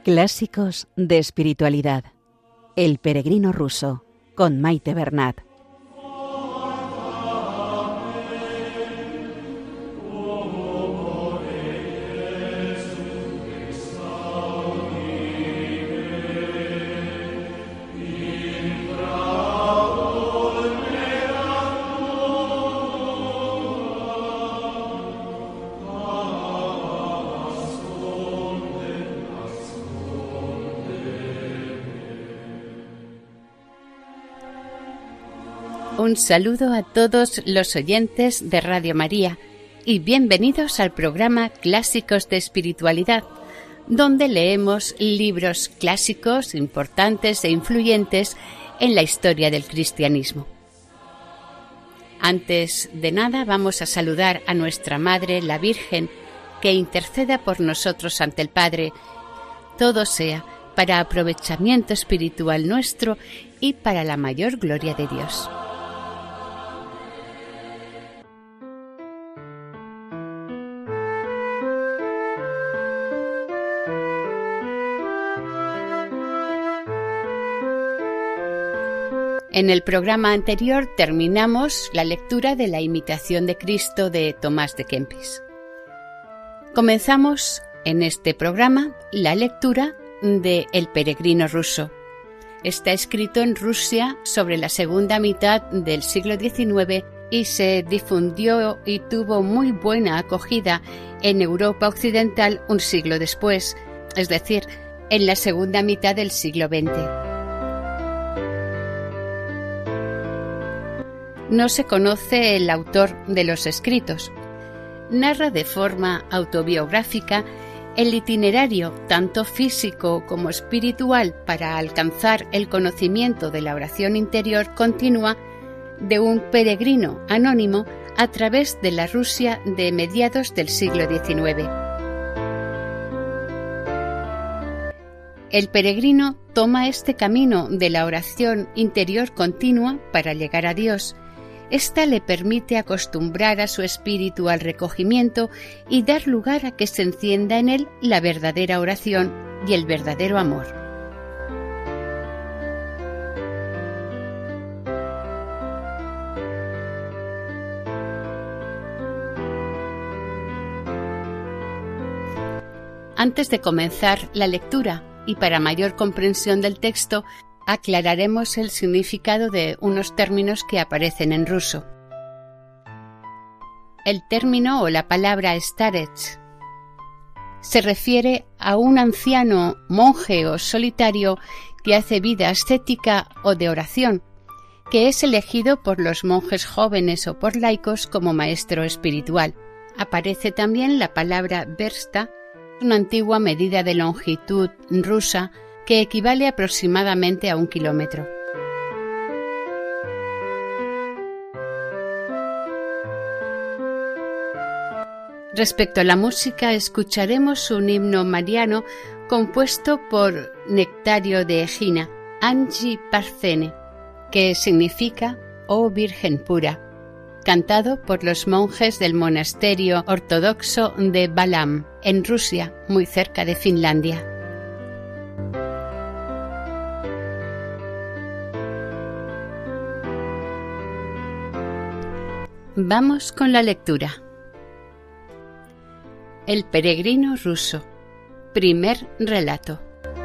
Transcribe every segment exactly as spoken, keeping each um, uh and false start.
Clásicos de espiritualidad. El peregrino ruso, con Maite Bernat. Un saludo a todos los oyentes de Radio María y bienvenidos al programa Clásicos de Espiritualidad, donde leemos libros clásicos importantes e influyentes en la historia del cristianismo. Antes de nada, vamos a saludar a nuestra Madre, la Virgen, que interceda por nosotros ante el Padre. Todo sea para aprovechamiento espiritual nuestro y para la mayor gloria de Dios. En el programa anterior terminamos la lectura de la Imitación de Cristo de Tomás de Kempis. Comenzamos en este programa la lectura de El peregrino ruso. Está escrito en Rusia sobre la segunda mitad del siglo diecinueve y se difundió y tuvo muy buena acogida en Europa occidental un siglo después, es decir, en la segunda mitad del siglo veinte. No se conoce el autor de los escritos. Narra de forma autobiográfica el itinerario, tanto físico como espiritual, para alcanzar el conocimiento de la oración interior continua de un peregrino anónimo a través de la Rusia de mediados del siglo diecinueve. El peregrino toma este camino de la oración interior continua para llegar a Dios. Esta le permite acostumbrar a su espíritu al recogimiento y dar lugar a que se encienda en él la verdadera oración y el verdadero amor. Antes de comenzar la lectura y para mayor comprensión del texto, aclararemos el significado de unos términos que aparecen en ruso. El término o la palabra starets se refiere a un anciano, monje o solitario que hace vida ascética o de oración, que es elegido por los monjes jóvenes o por laicos como maestro espiritual. Aparece también la palabra versta, una antigua medida de longitud rusa que equivale aproximadamente a un kilómetro. Respecto a la música, escucharemos un himno mariano compuesto por Nectario de Egina, Anji Parthene, que significa «Oh Virgen pura», cantado por los monjes del monasterio ortodoxo de Balam, en Rusia, muy cerca de Finlandia. Vamos con la lectura. El peregrino ruso. Primer relato.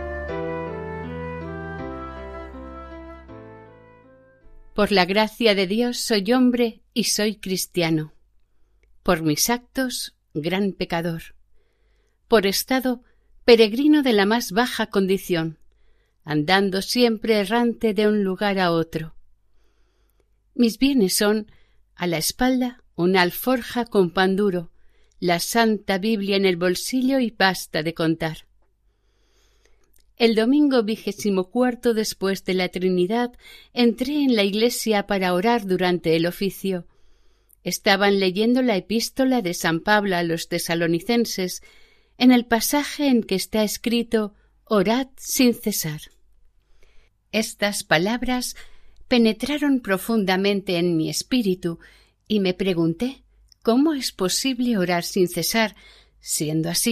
Por la gracia de Dios soy hombre y soy cristiano. Por mis actos, gran pecador. Por estado, peregrino de la más baja condición, andando siempre errante de un lugar a otro. Mis bienes son, a la espalda, una alforja con pan duro, la Santa Biblia en el bolsillo y basta de contar. El domingo vigésimo cuarto después de la Trinidad entré en la iglesia para orar durante el oficio. Estaban leyendo la epístola de San Pablo a los tesalonicenses, en el pasaje en que está escrito «Orad sin cesar». Estas palabras penetraron profundamente en mi espíritu y me pregunté ¿cómo es posible orar sin cesar, siendo así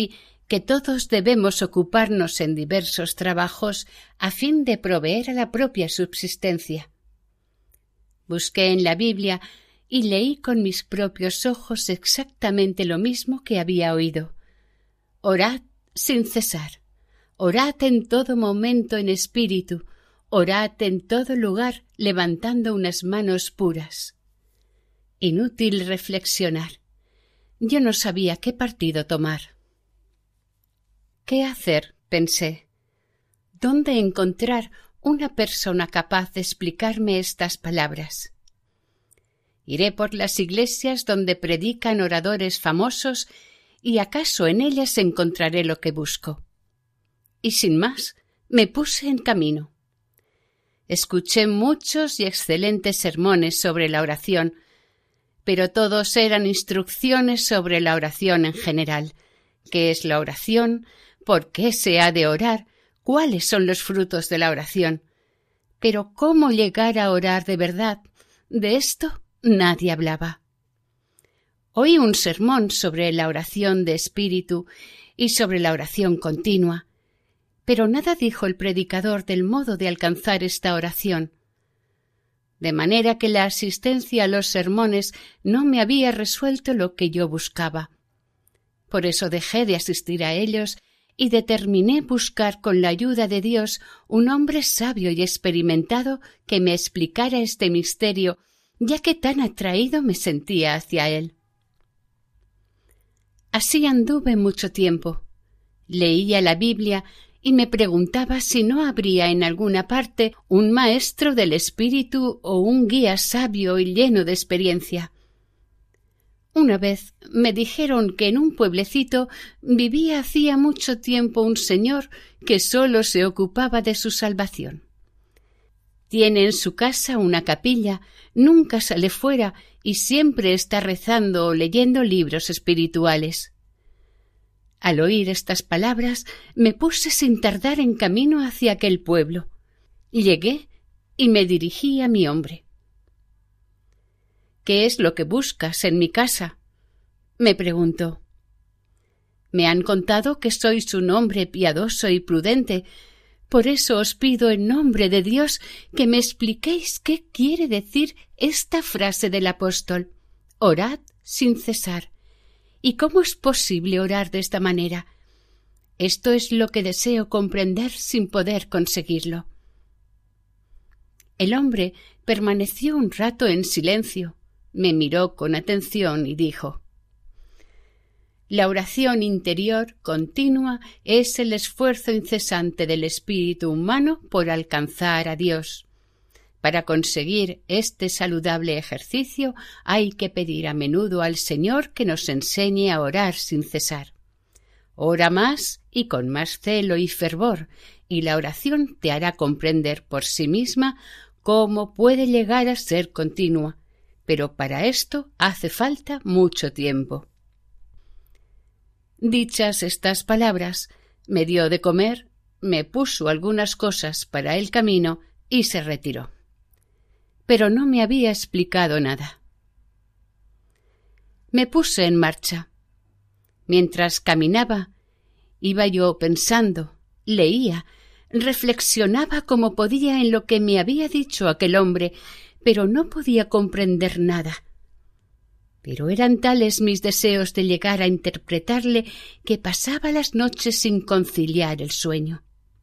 que todos debemos ocuparnos en diversos trabajos a fin de proveer a la propia subsistencia. Busqué en la Biblia y leí con mis propios ojos exactamente lo mismo que había oído. Orad sin cesar, orad en todo momento en espíritu, orad en todo lugar levantando unas manos puras. Inútil reflexionar. Yo no sabía qué partido tomar. ¿Qué hacer?, pensé. ¿Dónde encontrar una persona capaz de explicarme estas palabras? Iré por las iglesias donde predican oradores famosos y acaso en ellas encontraré lo que busco. Y sin más, me puse en camino. Escuché muchos y excelentes sermones sobre la oración, pero todos eran instrucciones sobre la oración en general. ¿Qué es la oración? ¿Por qué se ha de orar? ¿Cuáles son los frutos de la oración? Pero ¿cómo llegar a orar de verdad? De esto nadie hablaba. Oí un sermón sobre la oración de espíritu y sobre la oración continua, pero nada dijo el predicador del modo de alcanzar esta oración. De manera que la asistencia a los sermones no me había resuelto lo que yo buscaba. Por eso dejé de asistir a ellos y determiné buscar con la ayuda de Dios un hombre sabio y experimentado que me explicara este misterio, ya que tan atraído me sentía hacia él. Así anduve mucho tiempo. Leía la Biblia y me preguntaba si no habría en alguna parte un maestro del espíritu o un guía sabio y lleno de experiencia. Una vez me dijeron que en un pueblecito vivía hacía mucho tiempo un señor que sólo se ocupaba de su salvación. Tiene en su casa una capilla, nunca sale fuera y siempre está rezando o leyendo libros espirituales. Al oír estas palabras me puse sin tardar en camino hacia aquel pueblo. Llegué y me dirigí a mi hombre. «¿Qué es lo que buscas en mi casa?», me preguntó. «Me han contado que sois un hombre piadoso y prudente, por eso os pido en nombre de Dios que me expliquéis qué quiere decir esta frase del apóstol, orad sin cesar. ¿Y cómo es posible orar de esta manera? Esto es lo que deseo comprender sin poder conseguirlo». El hombre permaneció un rato en silencio, me miró con atención y dijo: «La oración interior continua es el esfuerzo incesante del espíritu humano por alcanzar a Dios. Para conseguir este saludable ejercicio hay que pedir a menudo al Señor que nos enseñe a orar sin cesar. Ora más y con más celo y fervor, y la oración te hará comprender por sí misma cómo puede llegar a ser continua, pero para esto hace falta mucho tiempo». Dichas estas palabras, me dio de comer, me puso algunas cosas para el camino y se retiró. Pero no me había explicado nada. Me puse en marcha. Mientras caminaba, iba yo pensando, leía, reflexionaba como podía en lo que me había dicho aquel hombre, pero no podía comprender nada. Pero eran tales mis deseos de llegar a interpretarle que pasaba las noches sin conciliar el sueño.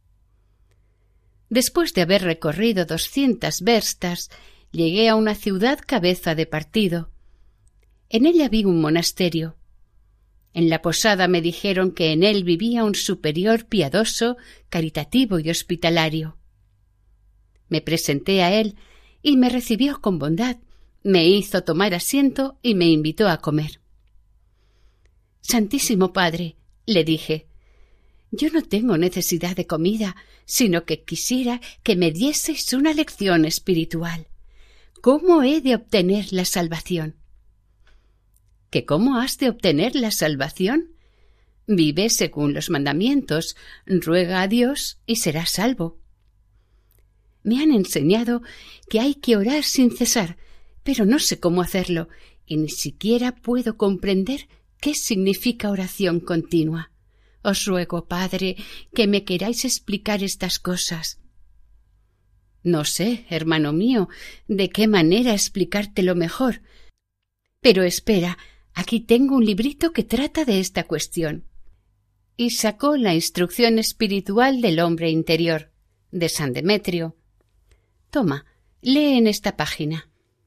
Después de haber recorrido doscientas verstas, llegué a una ciudad cabeza de partido. En ella vi un monasterio. En la posada me dijeron que en él vivía un superior piadoso, caritativo y hospitalario. Me presenté a él y me recibió con bondad, me hizo tomar asiento y me invitó a comer. «Santísimo Padre», le dije, «yo no tengo necesidad de comida, sino que quisiera que me dieseis una lección espiritual. ¿Cómo he de obtener la salvación?» «¿Que cómo has de obtener la salvación? Vive según los mandamientos, ruega a Dios y serás salvo». Me han enseñado que hay que orar sin cesar, pero no sé cómo hacerlo y ni siquiera puedo comprender qué significa oración continua. Os ruego, Padre, que me queráis explicar estas cosas. No sé, hermano mío, de qué manera explicártelo mejor. Pero espera, aquí tengo un librito que trata de esta cuestión. Y sacó la instrucción espiritual del hombre interior, de San Demetrio. Toma, lee en esta página.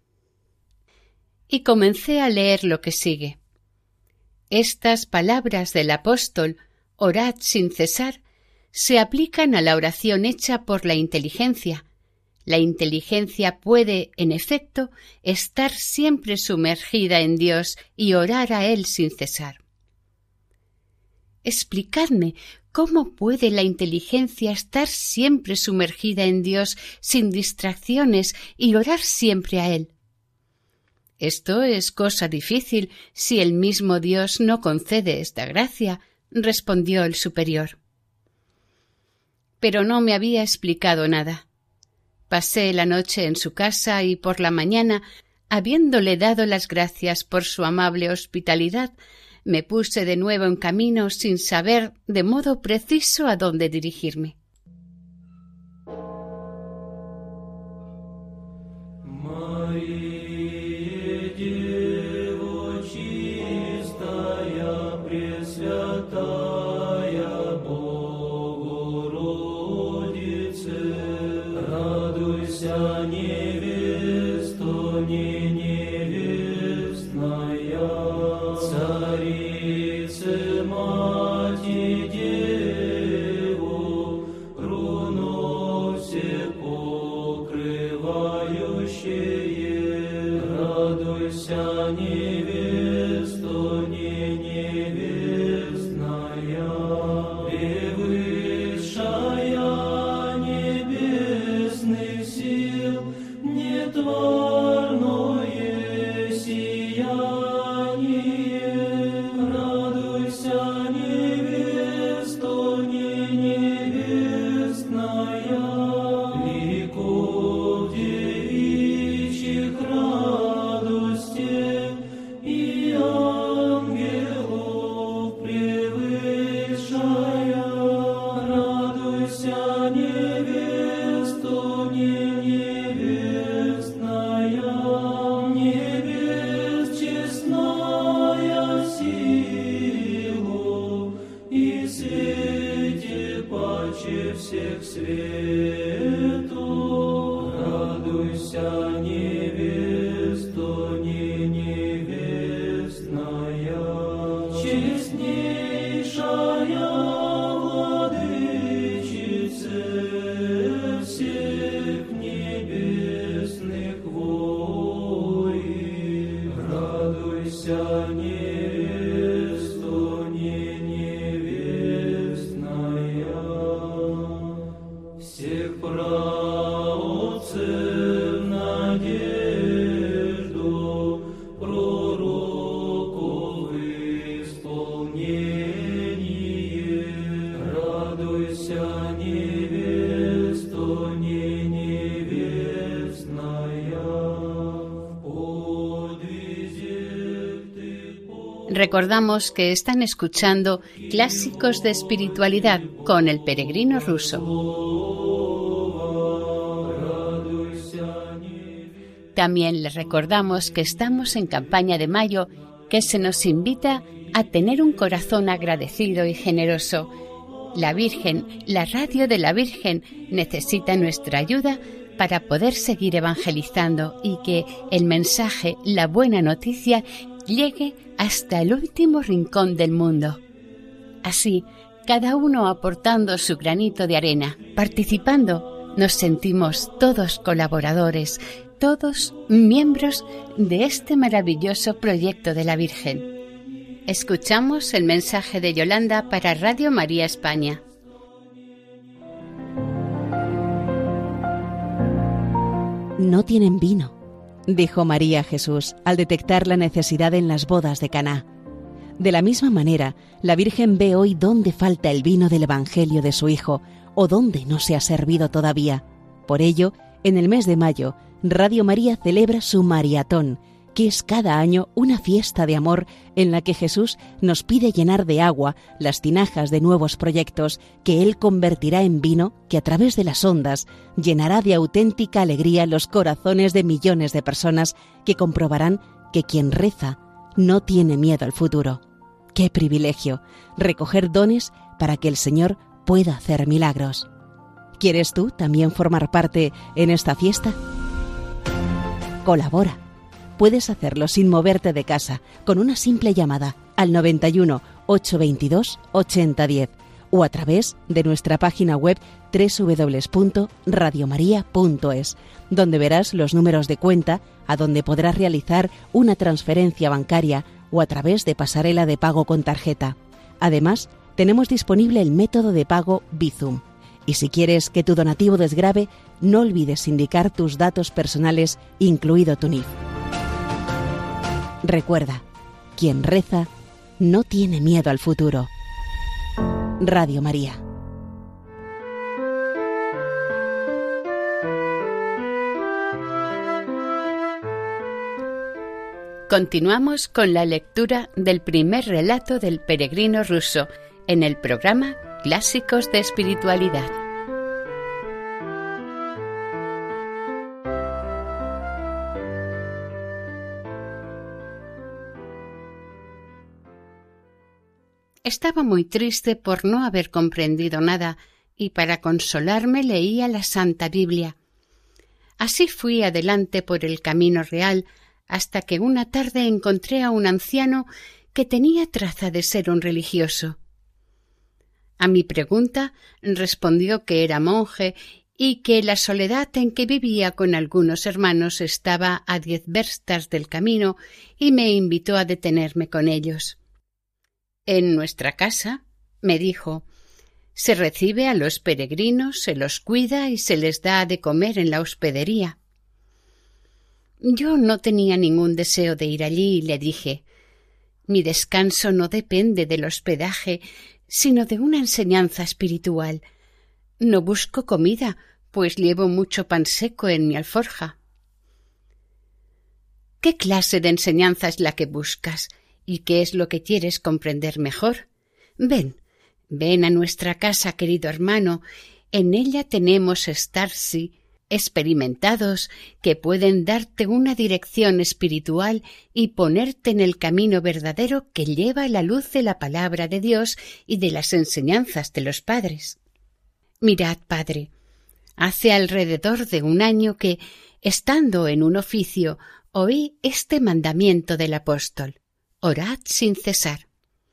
Y comencé a leer lo que sigue. Estas palabras del apóstol, orad sin cesar, se aplican a la oración hecha por la inteligencia. La inteligencia puede, en efecto, estar siempre sumergida en Dios y orar a Él sin cesar. Explicadme, ¿cómo puede la inteligencia estar siempre sumergida en Dios sin distracciones y orar siempre a Él? Esto es cosa difícil si el mismo Dios no concede esta gracia, respondió el superior. Pero no me había explicado nada. Pasé la noche en su casa y por la mañana, habiéndole dado las gracias por su amable hospitalidad, me puse de nuevo en camino sin saber de modo preciso a dónde dirigirme. Recordamos que están escuchando Clásicos de Espiritualidad con el Peregrino Ruso. También les recordamos que estamos en campaña de mayo, que se nos invita a tener un corazón agradecido y generoso. La Virgen, la radio de la Virgen, necesita nuestra ayuda para poder seguir evangelizando y que el mensaje, la buena noticia, llegue hasta el último rincón del mundo. Así, cada uno aportando su granito de arena, participando, nos sentimos todos colaboradores, todos miembros de este maravilloso proyecto de la Virgen. Escuchamos el mensaje de Yolanda para Radio María España. No tienen vino, dijo María a Jesús al detectar la necesidad en las bodas de Caná. De la misma manera, la Virgen ve hoy dónde falta el vino del Evangelio de su Hijo o dónde no se ha servido todavía. Por ello, en el mes de mayo, Radio María celebra su Mariatón, que es cada año una fiesta de amor en la que Jesús nos pide llenar de agua las tinajas de nuevos proyectos que Él convertirá en vino que a través de las ondas llenará de auténtica alegría los corazones de millones de personas que comprobarán que quien reza no tiene miedo al futuro. ¡Qué privilegio! Recoger dones para que el Señor pueda hacer milagros. ¿Quieres tú también formar parte en esta fiesta? Colabora. Puedes hacerlo sin moverte de casa, con una simple llamada al noventa y uno, ochocientos veintidós, ochenta diez o a través de nuestra página web doble u doble u doble u punto radio maría punto es, donde verás los números de cuenta a donde podrás realizar una transferencia bancaria o a través de pasarela de pago con tarjeta. Además, tenemos disponible el método de pago Bizum. Y si quieres que tu donativo desgrave, no olvides indicar tus datos personales, incluido tu N I F. Recuerda, quien reza no tiene miedo al futuro. Radio María. Continuamos con la lectura del primer relato del peregrino ruso en el programa Clásicos de Espiritualidad. Estaba muy triste por no haber comprendido nada y para consolarme leía la Santa Biblia. Así fui adelante por el camino real hasta que una tarde encontré a un anciano que tenía traza de ser un religioso. A mi pregunta respondió que era monje y que la soledad en que vivía con algunos hermanos estaba a diez verstas del camino y me invitó a detenerme con ellos. En nuestra casa, me dijo, se recibe a los peregrinos, se los cuida y se les da de comer en la hospedería. Yo no tenía ningún deseo de ir allí y le dije, mi descanso no depende del hospedaje, sino de una enseñanza espiritual. No busco comida, pues llevo mucho pan seco en mi alforja. ¿Qué clase de enseñanza es la que buscas? ¿Y qué es lo que quieres comprender mejor? Ven, ven a nuestra casa, querido hermano. En ella tenemos estarsi experimentados que pueden darte una dirección espiritual y ponerte en el camino verdadero que lleva la luz de la palabra de Dios y de las enseñanzas de los padres. Mirad, padre, hace alrededor de un año que, estando en un oficio, oí este mandamiento del apóstol: orad sin cesar.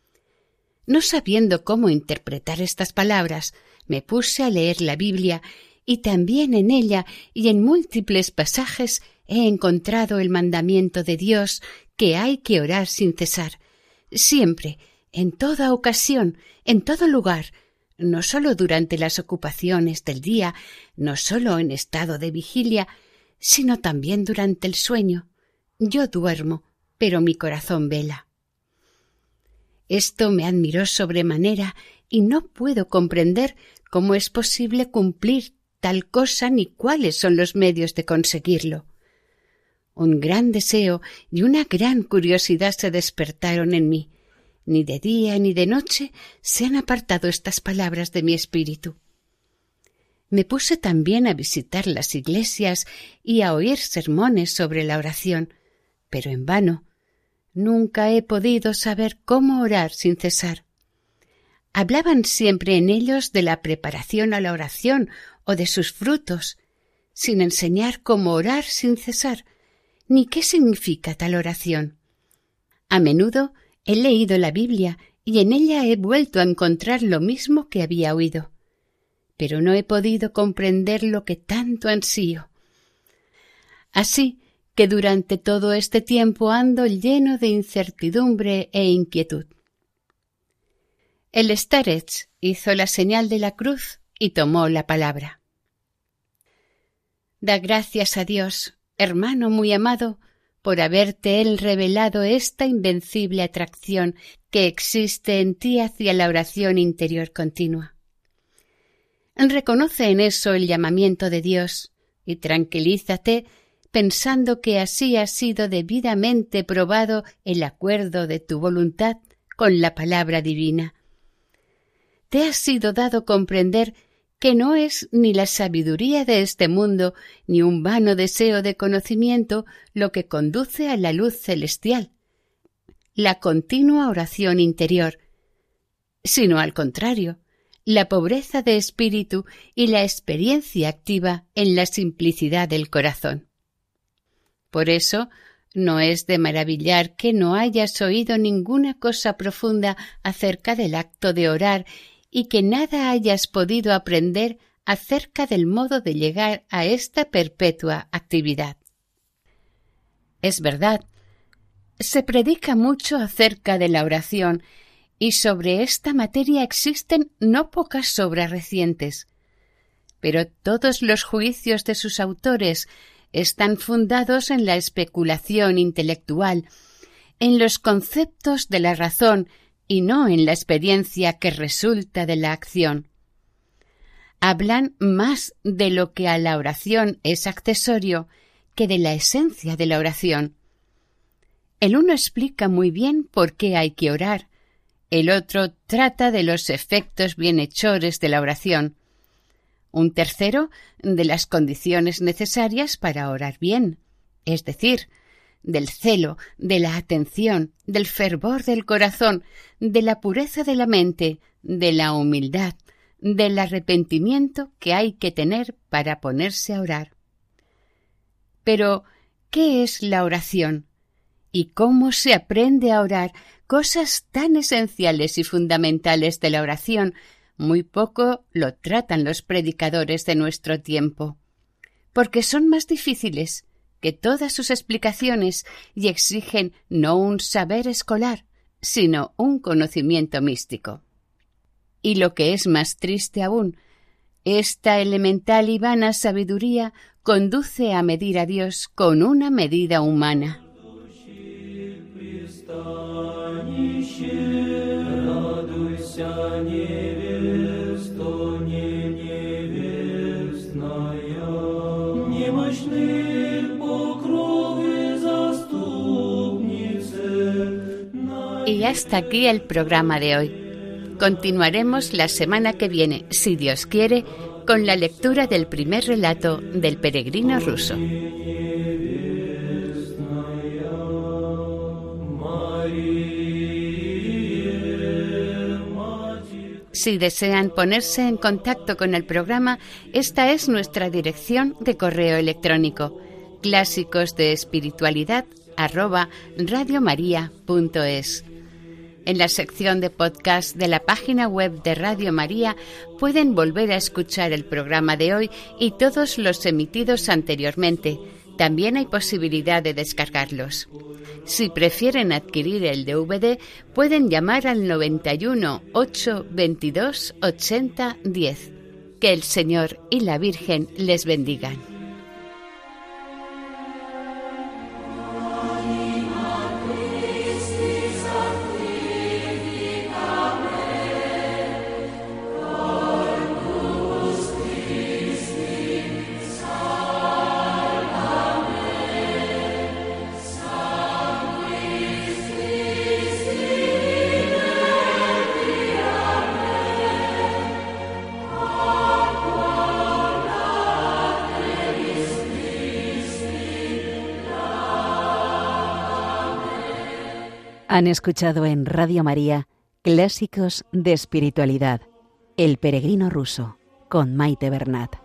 No sabiendo cómo interpretar estas palabras, me puse a leer la Biblia y también en ella y en múltiples pasajes he encontrado el mandamiento de Dios que hay que orar sin cesar, siempre, en toda ocasión, en todo lugar, no sólo durante las ocupaciones del día, no sólo en estado de vigilia, sino también durante el sueño. Yo duermo, pero mi corazón vela. Esto me admiró sobremanera y no puedo comprender cómo es posible cumplir tal cosa ni cuáles son los medios de conseguirlo. Un gran deseo y una gran curiosidad se despertaron en mí. Ni de día ni de noche se han apartado estas palabras de mi espíritu. Me puse también a visitar las iglesias y a oír sermones sobre la oración, pero en vano. Nunca he podido saber cómo orar sin cesar. Hablaban siempre en ellos de la preparación a la oración o de sus frutos, sin enseñar cómo orar sin cesar, ni qué significa tal oración. A menudo he leído la Biblia y en ella he vuelto a encontrar lo mismo que había oído, pero no he podido comprender lo que tanto ansío. Así que durante todo este tiempo ando lleno de incertidumbre e inquietud. El starets hizo la señal de la cruz y tomó la palabra. Da gracias a Dios, hermano muy amado, por haberte él revelado esta invencible atracción que existe en ti hacia la oración interior continua. Reconoce en eso el llamamiento de Dios y tranquilízate pensando que así ha sido debidamente probado el acuerdo de tu voluntad con la palabra divina. Te ha sido dado comprender que no es ni la sabiduría de este mundo ni un vano deseo de conocimiento lo que conduce a la luz celestial, la continua oración interior, sino al contrario, la pobreza de espíritu y la experiencia activa en la simplicidad del corazón. Por eso, no es de maravillar que no hayas oído ninguna cosa profunda acerca del acto de orar y que nada hayas podido aprender acerca del modo de llegar a esta perpetua actividad. Es verdad, se predica mucho acerca de la oración y sobre esta materia existen no pocas obras recientes, pero todos los juicios de sus autores están fundados en la especulación intelectual, en los conceptos de la razón y no en la experiencia que resulta de la acción. Hablan más de lo que a la oración es accesorio que de la esencia de la oración. El uno explica muy bien por qué hay que orar, el otro trata de los efectos bienhechores de la oración, un tercero de las condiciones necesarias para orar bien, es decir, del celo, de la atención, del fervor del corazón, de la pureza de la mente, de la humildad, del arrepentimiento que hay que tener para ponerse a orar. Pero, ¿qué es la oración? ¿Y cómo se aprende a orar? Cosas tan esenciales y fundamentales de la oración, muy poco lo tratan los predicadores de nuestro tiempo, porque son más difíciles que todas sus explicaciones y exigen no un saber escolar, sino un conocimiento místico. Y lo que es más triste aún, esta elemental y vana sabiduría conduce a medir a Dios con una medida humana. Y hasta aquí el programa de hoy. Continuaremos la semana que viene, si Dios quiere, con la lectura del primer relato del peregrino ruso. Si desean ponerse en contacto con el programa, esta es nuestra dirección de correo electrónico: clásicos de espiritualidad arroba radiomaria punto es. En la sección de podcast de la página web de Radio María pueden volver a escuchar el programa de hoy y todos los emitidos anteriormente. También hay posibilidad de descargarlos. Si prefieren adquirir el D V D, pueden llamar al noventa y uno, ocho veintidós, ochenta, diez. Que el Señor y la Virgen les bendigan. Han escuchado en Radio María Clásicos de Espiritualidad, El peregrino ruso, con Maite Bernat.